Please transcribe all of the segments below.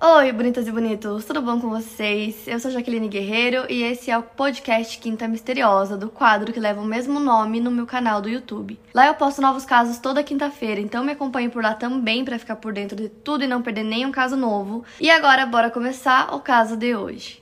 Oi, bonitas e bonitos, tudo bom com vocês? Eu sou Jaqueline Guerreiro e esse é o podcast Quinta Misteriosa, do quadro que leva o mesmo nome no meu canal do YouTube. Lá eu posto novos casos toda quinta-feira, então me acompanhe por lá também para ficar por dentro de tudo e não perder nenhum caso novo. E agora, bora começar o caso de hoje.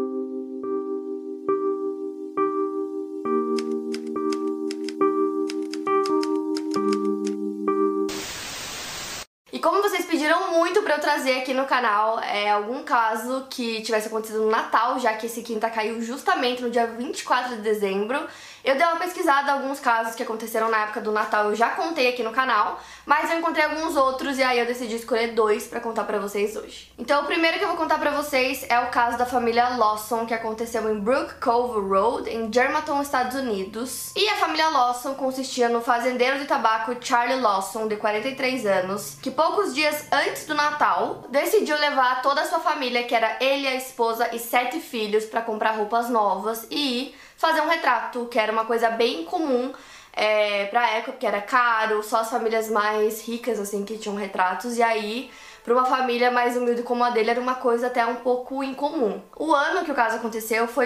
E como vocês pediram muito pra eu trazer aqui no canal algum caso que tivesse acontecido no Natal, já que esse quinta caiu justamente no dia 24 de dezembro, eu dei uma pesquisada, alguns casos que aconteceram na época do Natal eu já contei aqui no canal, mas eu encontrei alguns outros e aí eu decidi escolher dois pra contar pra vocês hoje. Então o primeiro que eu vou contar pra vocês é o caso da família Lawson, que aconteceu em Brook Cove Road, em Germantown, Estados Unidos. E a família Lawson consistia no fazendeiro de tabaco Charlie Lawson, de 43 anos, que poucos dias antes do Natal decidiu levar toda a sua família, que era ele, a esposa e 7 filhos, pra comprar roupas novas e fazer um retrato, que era uma coisa bem comum pra época, porque era caro, só as famílias mais ricas assim que tinham retratos, e aí para uma família mais humilde como a dele era uma coisa até um pouco incomum. O ano que o caso aconteceu foi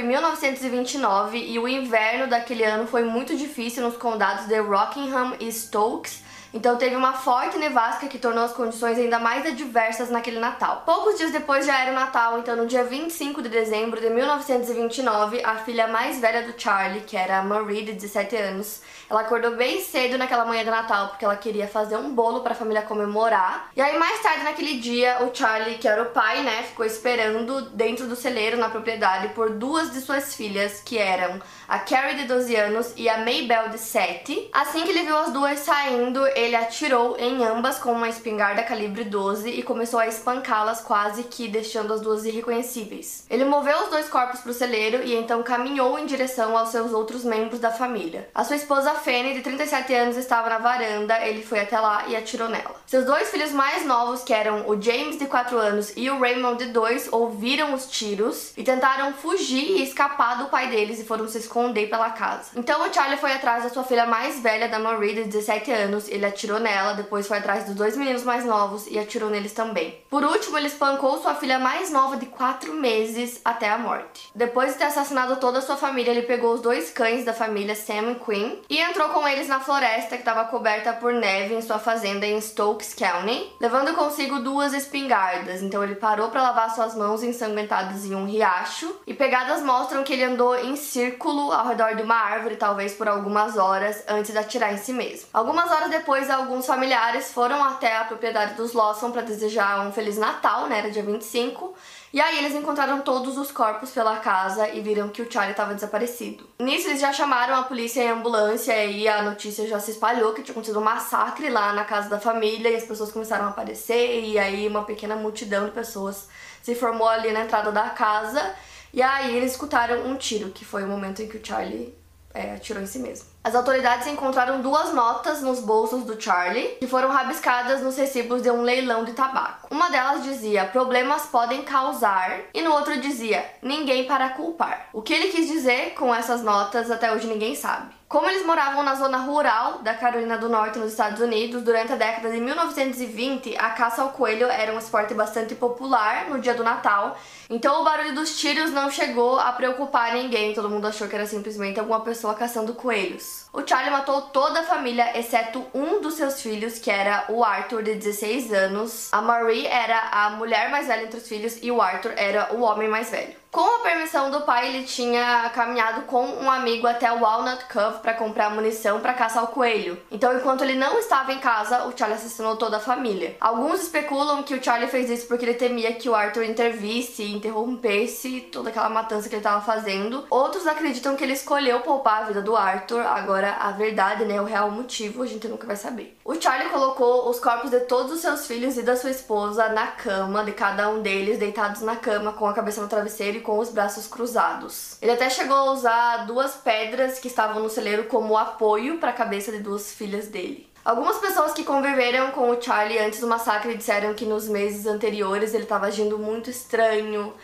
1929 e o inverno daquele ano foi muito difícil nos condados de Rockingham e Stokes. Então teve uma forte nevasca que tornou as condições ainda mais adversas naquele Natal. Poucos dias depois já era o Natal, então no dia 25 de dezembro de 1929, a filha mais velha do Charlie, que era a Marie, de 17 anos, ela acordou bem cedo naquela manhã de Natal porque ela queria fazer um bolo para a família comemorar. E aí mais tarde naquele dia, o Charlie, que era o pai, né, ficou esperando dentro do celeiro na propriedade por duas de suas filhas, que eram a Carrie, de 12 anos, e a Maybelle, de 7. Assim que ele viu as duas saindo, ele atirou em ambas com uma espingarda calibre 12 e começou a espancá-las, quase que deixando as duas irreconhecíveis. Ele moveu os dois corpos para o celeiro e então caminhou em direção aos seus outros membros da família. A sua esposa Fanny, de 37 anos, estava na varanda, ele foi até lá e atirou nela. Seus dois filhos mais novos, que eram o James, de 4 anos, e o Raymond, de 2, ouviram os tiros e tentaram fugir e escapar do pai deles e foram se esconder pela casa. Então o Charlie foi atrás da sua filha mais velha, da Marie, de 17 anos, ele atirou nela, depois foi atrás dos dois meninos mais novos e atirou neles também. Por último, ele espancou sua filha mais nova, de 4 meses, até a morte. Depois de ter assassinado toda a sua família, ele pegou os dois cães da família, Sam e Queen, e entrou com eles na floresta que estava coberta por neve em sua fazenda em Stokes County, levando consigo duas espingardas. Então ele parou para lavar suas mãos ensanguentadas em um riacho, e pegadas mostram que ele andou em círculo ao redor de uma árvore, talvez por algumas horas, antes de atirar em si mesmo. Algumas horas depois, alguns familiares foram até a propriedade dos Lawson para desejar um Feliz Natal, né, era dia 25, e aí eles encontraram todos os corpos pela casa e viram que o Charlie estava desaparecido. Nisso eles já chamaram a polícia e a ambulância, e aí a notícia já se espalhou que tinha acontecido um massacre lá na casa da família e as pessoas começaram a aparecer, e aí uma pequena multidão de pessoas se formou ali na entrada da casa, e aí eles escutaram um tiro, que foi o momento em que o Charlie atirou em si mesmo. As autoridades encontraram duas notas nos bolsos do Charlie, que foram rabiscadas nos recibos de um leilão de tabaco. Uma delas dizia: problemas podem causar, e no outro dizia: ninguém para culpar. O que ele quis dizer com essas notas até hoje ninguém sabe. Como eles moravam na zona rural da Carolina do Norte, nos Estados Unidos, durante a década de 1920, a caça ao coelho era um esporte bastante popular no dia do Natal, então o barulho dos tiros não chegou a preocupar ninguém, todo mundo achou que era simplesmente alguma pessoa caçando coelhos. O Charlie matou toda a família, exceto um dos seus filhos, que era o Arthur, de 16 anos. A Marie era a mulher mais velha entre os filhos e o Arthur era o homem mais velho. Com a permissão do pai, ele tinha caminhado com um amigo até Walnut Cove para comprar munição para caça ao coelho. Então, enquanto ele não estava em casa, o Charlie assassinou toda a família. Alguns especulam que o Charlie fez isso porque ele temia que o Arthur intervisse e interrompesse toda aquela matança que ele estava fazendo. Outros acreditam que ele escolheu poupar a vida do Arthur. Agora, a verdade, né, o real motivo, a gente nunca vai saber. O Charlie colocou os corpos de todos os seus filhos e da sua esposa na cama, de cada um deles, deitados na cama, com a cabeça no travesseiro e com os braços cruzados. Ele até chegou a usar duas pedras que estavam no celeiro como apoio para a cabeça de duas filhas dele. Algumas pessoas que conviveram com o Charlie antes do massacre disseram que nos meses anteriores ele estava agindo muito estranho,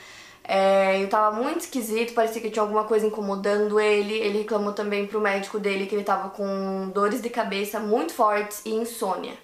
ele estava muito esquisito, parecia que tinha alguma coisa incomodando ele. Ele reclamou também pro médico dele que ele estava com dores de cabeça muito fortes e insônia.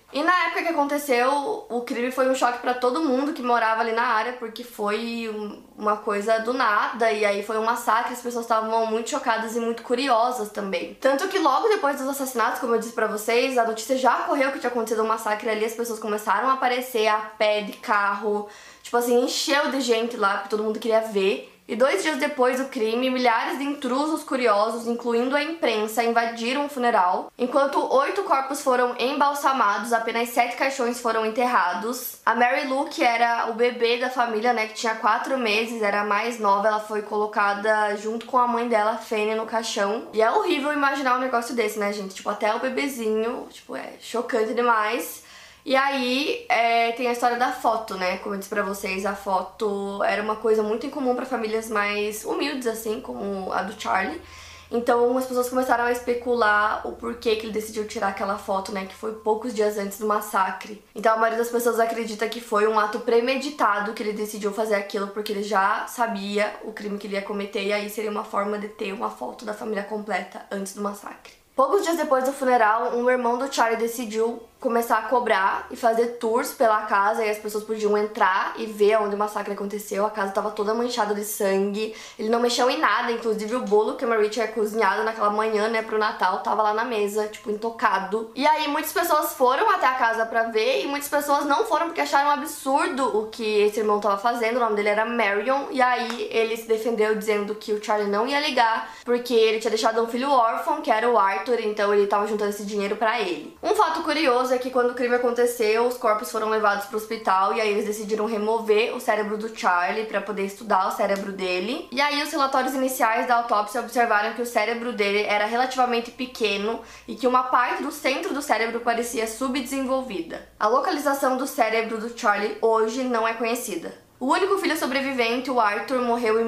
E na época que aconteceu, o crime foi um choque pra todo mundo que morava ali na área, porque foi uma coisa do nada, e aí foi um massacre, as pessoas estavam muito chocadas e muito curiosas também. Tanto que logo depois dos assassinatos, como eu disse pra vocês, a notícia já correu que tinha acontecido um massacre ali, as pessoas começaram a aparecer a pé, de carro, tipo assim, encheu de gente lá, porque todo mundo queria ver. E 2 dias depois do crime, milhares de intrusos curiosos, incluindo a imprensa, invadiram o funeral. Enquanto 8 corpos foram embalsamados, apenas 7 caixões foram enterrados. A Mary Lou, que era o bebê da família, né, que tinha 4 meses, era a mais nova, ela foi colocada junto com a mãe dela, Fanny, no caixão. E é horrível imaginar um negócio desse, né, gente? Tipo, até o bebezinho, tipo, é chocante demais. E aí tem a história da foto, né? Como eu disse pra vocês, a foto era uma coisa muito incomum pra famílias mais humildes, assim, como a do Charlie. Então as pessoas começaram a especular o porquê que ele decidiu tirar aquela foto, né? Que foi poucos dias antes do massacre. Então a maioria das pessoas acredita que foi um ato premeditado, que ele decidiu fazer aquilo porque ele já sabia o crime que ele ia cometer. E aí seria uma forma de ter uma foto da família completa antes do massacre. Poucos dias depois do funeral, um irmão do Charlie decidiu começar a cobrar e fazer tours pela casa, e as pessoas podiam entrar e ver onde o massacre aconteceu. A casa tava toda manchada de sangue, ele não mexeu em nada, inclusive o bolo que a Marie tinha cozinhado naquela manhã, né, pro Natal, tava lá na mesa, tipo, intocado. E aí muitas pessoas foram até a casa pra ver, e muitas pessoas não foram porque acharam um absurdo o que esse irmão tava fazendo. O nome dele era Marion, e aí ele se defendeu dizendo que o Charlie não ia ligar, porque ele tinha deixado um filho órfão, que era o Arthur, então ele tava juntando esse dinheiro pra ele. Um fato curioso é que quando o crime aconteceu, os corpos foram levados pro hospital e aí eles decidiram remover o cérebro do Charlie pra poder estudar o cérebro dele. E aí os relatórios iniciais da autópsia observaram que o cérebro dele era relativamente pequeno e que uma parte do centro do cérebro parecia subdesenvolvida. A localização do cérebro do Charlie hoje não é conhecida. O único filho sobrevivente, o Arthur, morreu em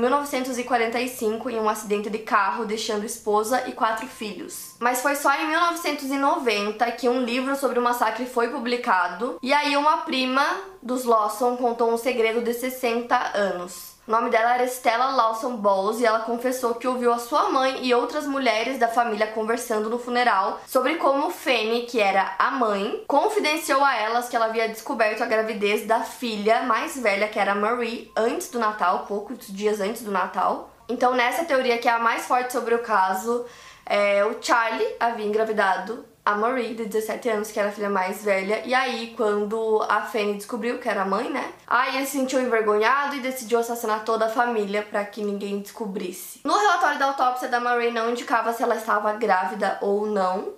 1945 em um acidente de carro, deixando esposa e 4 filhos. Mas foi só em 1990 que um livro sobre o massacre foi publicado, e aí uma prima dos Lawson contou um segredo de 60 anos. O nome dela era Stella Lawson Bowles e ela confessou que ouviu a sua mãe e outras mulheres da família conversando no funeral sobre como Fanny, que era a mãe, confidenciou a elas que ela havia descoberto a gravidez da filha mais velha, que era a Marie, antes do Natal, poucos dias antes do Natal. Então, nessa teoria, que é a mais forte sobre o caso, o Charlie havia engravidado a Marie, de 17 anos, que era a filha mais velha. E aí, quando a Fanny descobriu que era a mãe, né? Aí ele se sentiu envergonhado e decidiu assassinar toda a família pra que ninguém descobrisse. No relatório da autópsia da Marie não indicava se ela estava grávida ou não,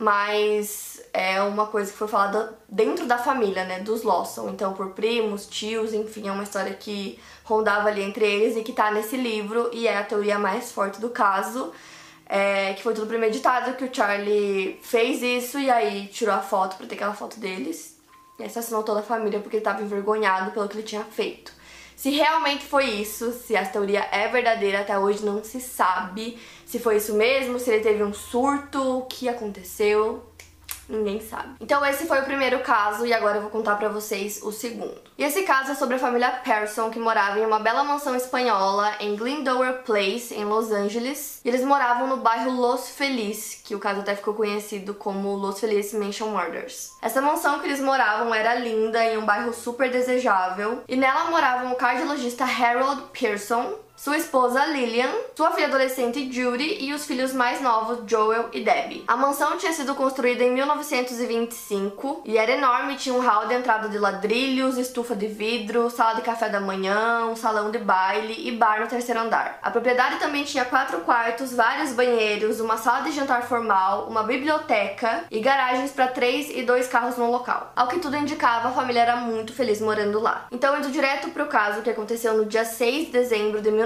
mas é uma coisa que foi falada dentro da família, né, dos Lawson. Então, por primos, tios, enfim, é uma história que rondava ali entre eles e que tá nesse livro e é a teoria mais forte do caso. Que foi tudo premeditado, que o Charlie fez isso e aí tirou a foto pra ter aquela foto deles e assassinou toda a família porque ele tava envergonhado pelo que ele tinha feito. Se realmente foi isso, se a teoria é verdadeira, até hoje não se sabe se foi isso mesmo, se ele teve um surto, o que aconteceu. Ninguém sabe. Então esse foi o primeiro caso e agora eu vou contar pra vocês o segundo. E esse caso é sobre a família Pearson, que morava em uma bela mansão espanhola em Glendower Place, em Los Angeles. E eles moravam no bairro Los Feliz, que o caso até ficou conhecido como Los Feliz Mansion Murders. Essa mansão que eles moravam era linda, em um bairro super desejável. E nela moravam o cardiologista Harold Pearson, sua esposa Lillian, sua filha adolescente Judy e os filhos mais novos Joel e Debbie. A mansão tinha sido construída em 1925 e era enorme, tinha um hall de entrada de ladrilhos, estufa de vidro, sala de café da manhã, um salão de baile e bar no 3º andar. A propriedade também tinha 4 quartos, vários banheiros, uma sala de jantar formal, uma biblioteca e garagens para 3 e 2 carros no local. Ao que tudo indicava, a família era muito feliz morando lá. Então, indo direto pro caso que aconteceu no dia 6 de dezembro de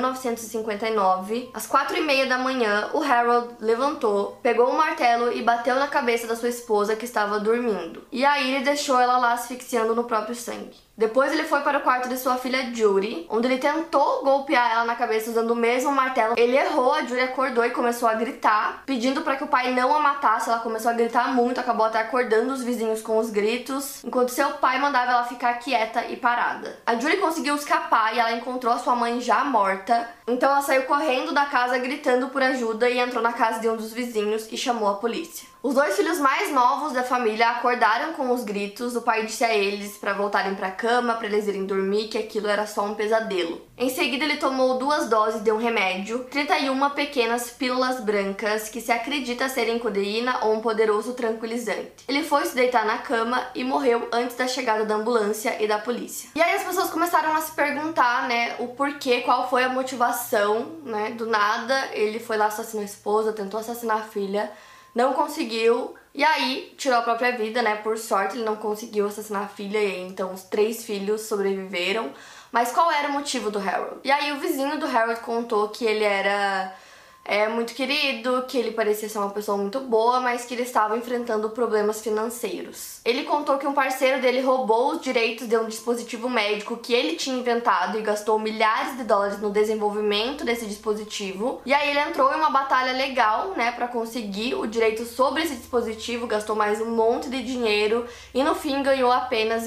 1959, às 4h30 da manhã, o Harold levantou, pegou um martelo e bateu na cabeça da sua esposa que estava dormindo. E aí ele deixou ela lá asfixiando no próprio sangue. Depois ele foi para o quarto de sua filha Judy, onde ele tentou golpear ela na cabeça usando o mesmo martelo. Ele errou, a Judy acordou e começou a gritar, pedindo para que o pai não a matasse. Ela começou a gritar muito, acabou até acordando os vizinhos com os gritos, enquanto seu pai mandava ela ficar quieta e parada. A Judy conseguiu escapar e ela encontrou a sua mãe já morta, então ela saiu correndo da casa gritando por ajuda e entrou na casa de um dos vizinhos e chamou a polícia. Os dois filhos mais novos da família acordaram com os gritos. O pai disse a eles para voltarem para a cama, para eles irem dormir, que aquilo era só um pesadelo. Em seguida, ele tomou 2 doses de um remédio, 31 pequenas pílulas brancas que se acredita serem codeína ou um poderoso tranquilizante. Ele foi se deitar na cama e morreu antes da chegada da ambulância e da polícia. E aí as pessoas começaram a se perguntar, né, o porquê, qual foi a motivação, né? Do nada, ele foi lá, assassinou a esposa, tentou assassinar a filha, não conseguiu, e aí tirou a própria vida, né? Por sorte ele não conseguiu assassinar a filha, e então os 3 filhos sobreviveram. Mas qual era o motivo do Harold? E aí o vizinho do Harold contou que ele era muito querido, que ele parecia ser uma pessoa muito boa, mas que ele estava enfrentando problemas financeiros. Ele contou que um parceiro dele roubou os direitos de um dispositivo médico que ele tinha inventado e gastou milhares de dólares no desenvolvimento desse dispositivo. E aí ele entrou em uma batalha legal, né, para conseguir o direito sobre esse dispositivo, gastou mais um monte de dinheiro e no fim ganhou apenas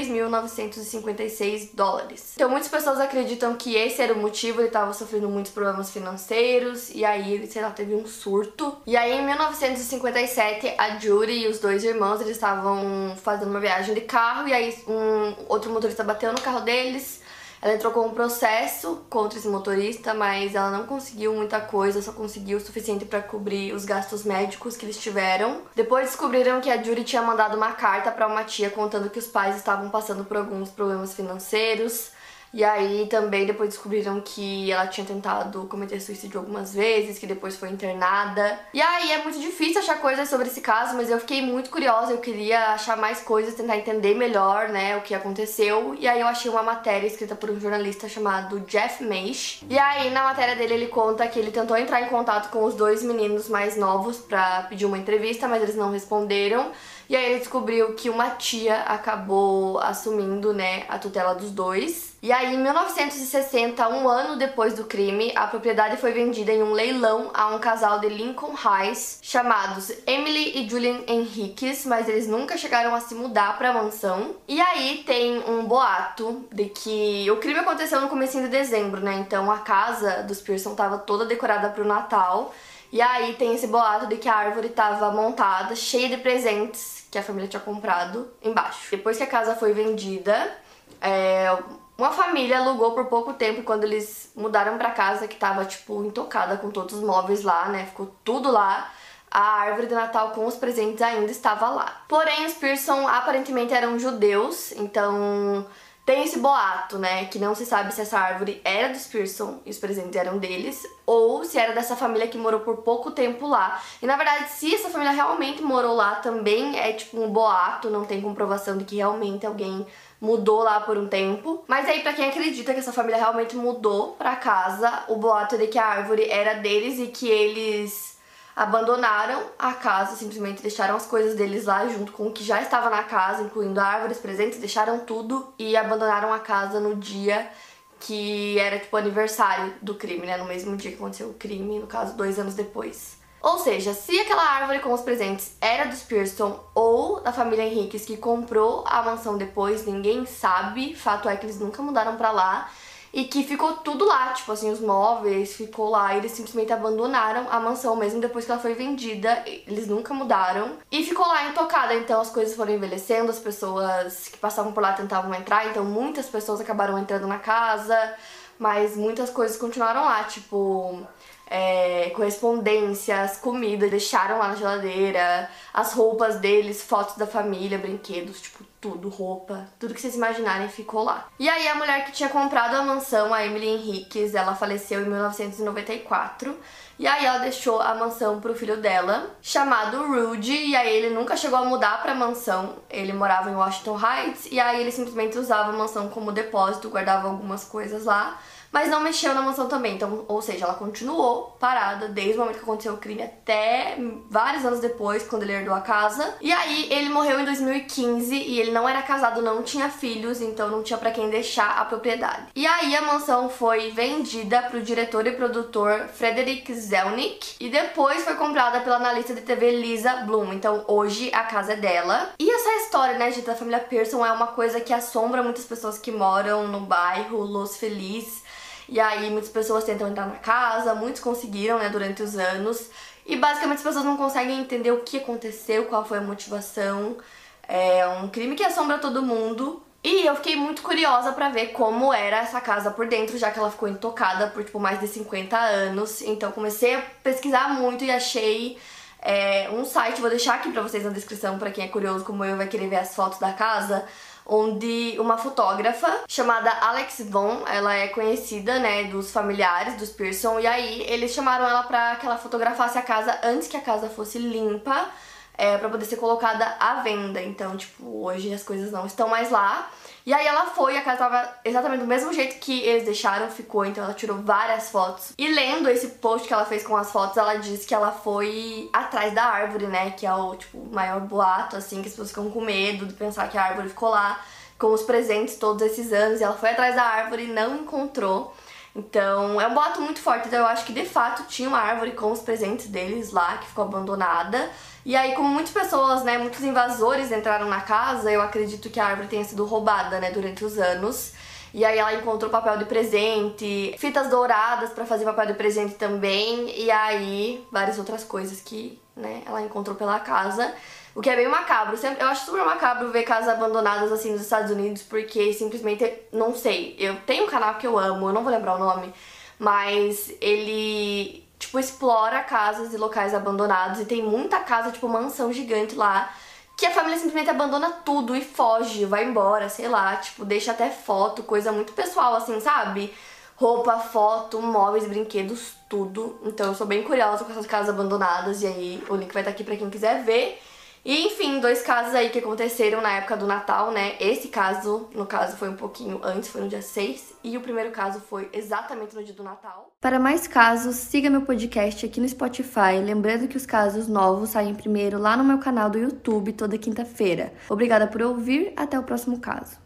23.956 dólares. Então muitas pessoas acreditam que esse era o motivo, ele estava sofrendo muitos problemas financeiros. E aí ele, sei lá, teve um surto. E aí em 1957, a Judy e os 2 irmãos, eles estavam fazendo uma viagem de carro. E aí um outro motorista bateu no carro deles. Ela entrou com um processo contra esse motorista, mas ela não conseguiu muita coisa, só conseguiu o suficiente para cobrir os gastos médicos que eles tiveram. Depois descobriram que a Judy tinha mandado uma carta para uma tia contando que os pais estavam passando por alguns problemas financeiros. E aí também depois descobriram que ela tinha tentado cometer suicídio algumas vezes, que depois foi internada. E aí é muito difícil achar coisas sobre esse caso, mas eu fiquei muito curiosa, eu queria achar mais coisas, tentar entender melhor, né, o que aconteceu. E aí eu achei uma matéria escrita por um jornalista chamado Jeff Meish. E aí na matéria dele ele conta que ele tentou entrar em contato com os 2 meninos mais novos pra pedir uma entrevista, mas eles não responderam. E aí ele descobriu que uma tia acabou assumindo, né, a tutela dos 2. E aí em 1960, um ano depois do crime, a propriedade foi vendida em um leilão a um casal de Lincoln Heights chamados Emily e Julian Henriquez, mas eles nunca chegaram a se mudar para a mansão. E aí tem um boato de que o crime aconteceu no comecinho de dezembro, né? Então a casa dos Pearson estava toda decorada para o Natal. E aí tem esse boato de que a árvore estava montada, cheia de presentes que a família tinha comprado embaixo. Depois que a casa foi vendida, uma família alugou por pouco tempo, e quando eles mudaram pra casa, que tava, tipo, intocada com todos os móveis lá, né, ficou tudo lá, a árvore de Natal com os presentes ainda estava lá. Porém, os Pearson aparentemente eram judeus, então tem esse boato, né, que não se sabe se essa árvore era dos Pearson e os presentes eram deles, ou se era dessa família que morou por pouco tempo lá. E na verdade, se essa família realmente morou lá, também é tipo um boato, não tem comprovação de que realmente alguém mudou lá por um tempo. Mas aí, pra quem acredita que essa família realmente mudou pra casa, o boato é de que a árvore era deles e que eles abandonaram a casa, simplesmente deixaram as coisas deles lá junto com o que já estava na casa, incluindo árvores, presentes, deixaram tudo e abandonaram a casa no dia que era tipo aniversário do crime, né? No mesmo dia que aconteceu o crime, no caso 2 anos depois. Ou seja, se aquela árvore com os presentes era dos Pearson ou da família Henriquez que comprou a mansão depois, ninguém sabe. Fato é que eles nunca mudaram pra lá. E que ficou tudo lá, tipo assim, os móveis, ficou lá. E eles simplesmente abandonaram a mansão, mesmo depois que ela foi vendida. Eles nunca mudaram. E ficou lá intocada, então as coisas foram envelhecendo, as pessoas que passavam por lá tentavam entrar. Então muitas pessoas acabaram entrando na casa, mas muitas coisas continuaram lá, tipo correspondências, comida, deixaram lá na geladeira, as roupas deles, fotos da família, brinquedos, tipo tudo, roupa, tudo que vocês imaginarem ficou lá. E aí a mulher que tinha comprado a mansão, a Emily Henriquez, ela faleceu em 1994. E aí ela deixou a mansão pro filho dela, chamado Rudy, e aí ele nunca chegou a mudar pra mansão. Ele morava em Washington Heights, e aí ele simplesmente usava a mansão como depósito, guardava algumas coisas lá, mas não mexeu na mansão também. Então, ou seja, ela continuou parada desde o momento que aconteceu o crime até vários anos depois, quando ele herdou a casa. E aí ele morreu em 2015 e ele não era casado, não tinha filhos, então não tinha pra quem deixar a propriedade. E aí a mansão foi vendida pro diretor e produtor Frederick Zelnick e depois foi comprada pela analista de TV Lisa Bloom. Então hoje a casa é dela. E essa história, né, gente, da família Pearson é uma coisa que assombra muitas pessoas que moram no bairro Los Feliz. E aí muitas pessoas tentam entrar na casa, muitos conseguiram, né, durante os anos. E basicamente as pessoas não conseguem entender o que aconteceu, qual foi a motivação. É um crime que assombra todo mundo. E eu fiquei muito curiosa pra ver como era essa casa por dentro, já que ela ficou intocada por tipo mais de 50 anos. Então comecei a pesquisar muito e achei um site, vou deixar aqui pra vocês na descrição, pra quem é curioso como eu vai querer ver as fotos da casa, onde uma fotógrafa chamada Alex Von, ela é conhecida, né, dos familiares dos Pearson, e aí eles chamaram ela pra que ela fotografasse a casa antes que a casa fosse limpa, pra poder ser colocada à venda. Então, tipo, hoje as coisas não estão mais lá. E aí ela foi, a casa tava exatamente do mesmo jeito que eles deixaram, ficou, então ela tirou várias fotos. E lendo esse post que ela fez com as fotos, ela disse que ela foi atrás da árvore, né, que é o, tipo, maior boato, assim, que as pessoas ficam com medo de pensar que a árvore ficou lá com os presentes todos esses anos, e ela foi atrás da árvore e não encontrou. Então, é um boato muito forte, então eu acho que de fato tinha uma árvore com os presentes deles lá, que ficou abandonada. E aí, como muitas pessoas, né, muitos invasores entraram na casa, eu acredito que a árvore tenha sido roubada, né, durante os anos. E aí ela encontrou papel de presente, fitas douradas pra fazer papel de presente também, e aí várias outras coisas que, né, ela encontrou pela casa. O que é bem macabro. Eu acho super macabro ver casas abandonadas assim nos Estados Unidos, porque simplesmente, não sei, eu tenho um canal que eu amo, eu não vou lembrar o nome, mas ele, tipo, explora casas e locais abandonados, e tem muita casa, tipo, mansão gigante lá, que a família simplesmente abandona tudo e foge, vai embora, sei lá, tipo, deixa até foto, coisa muito pessoal, assim, sabe? Roupa, foto, móveis, brinquedos, tudo. Então eu sou bem curiosa com essas casas abandonadas, e aí o link vai estar aqui pra quem quiser ver. E enfim, 2 casos aí que aconteceram na época do Natal, né? Esse caso, no caso, foi um pouquinho antes, foi no dia 6, e o primeiro caso foi exatamente no dia do Natal. Para mais casos, siga meu podcast aqui no Spotify, lembrando que os casos novos saem primeiro lá no meu canal do YouTube toda quinta-feira. Obrigada por ouvir, até o próximo caso.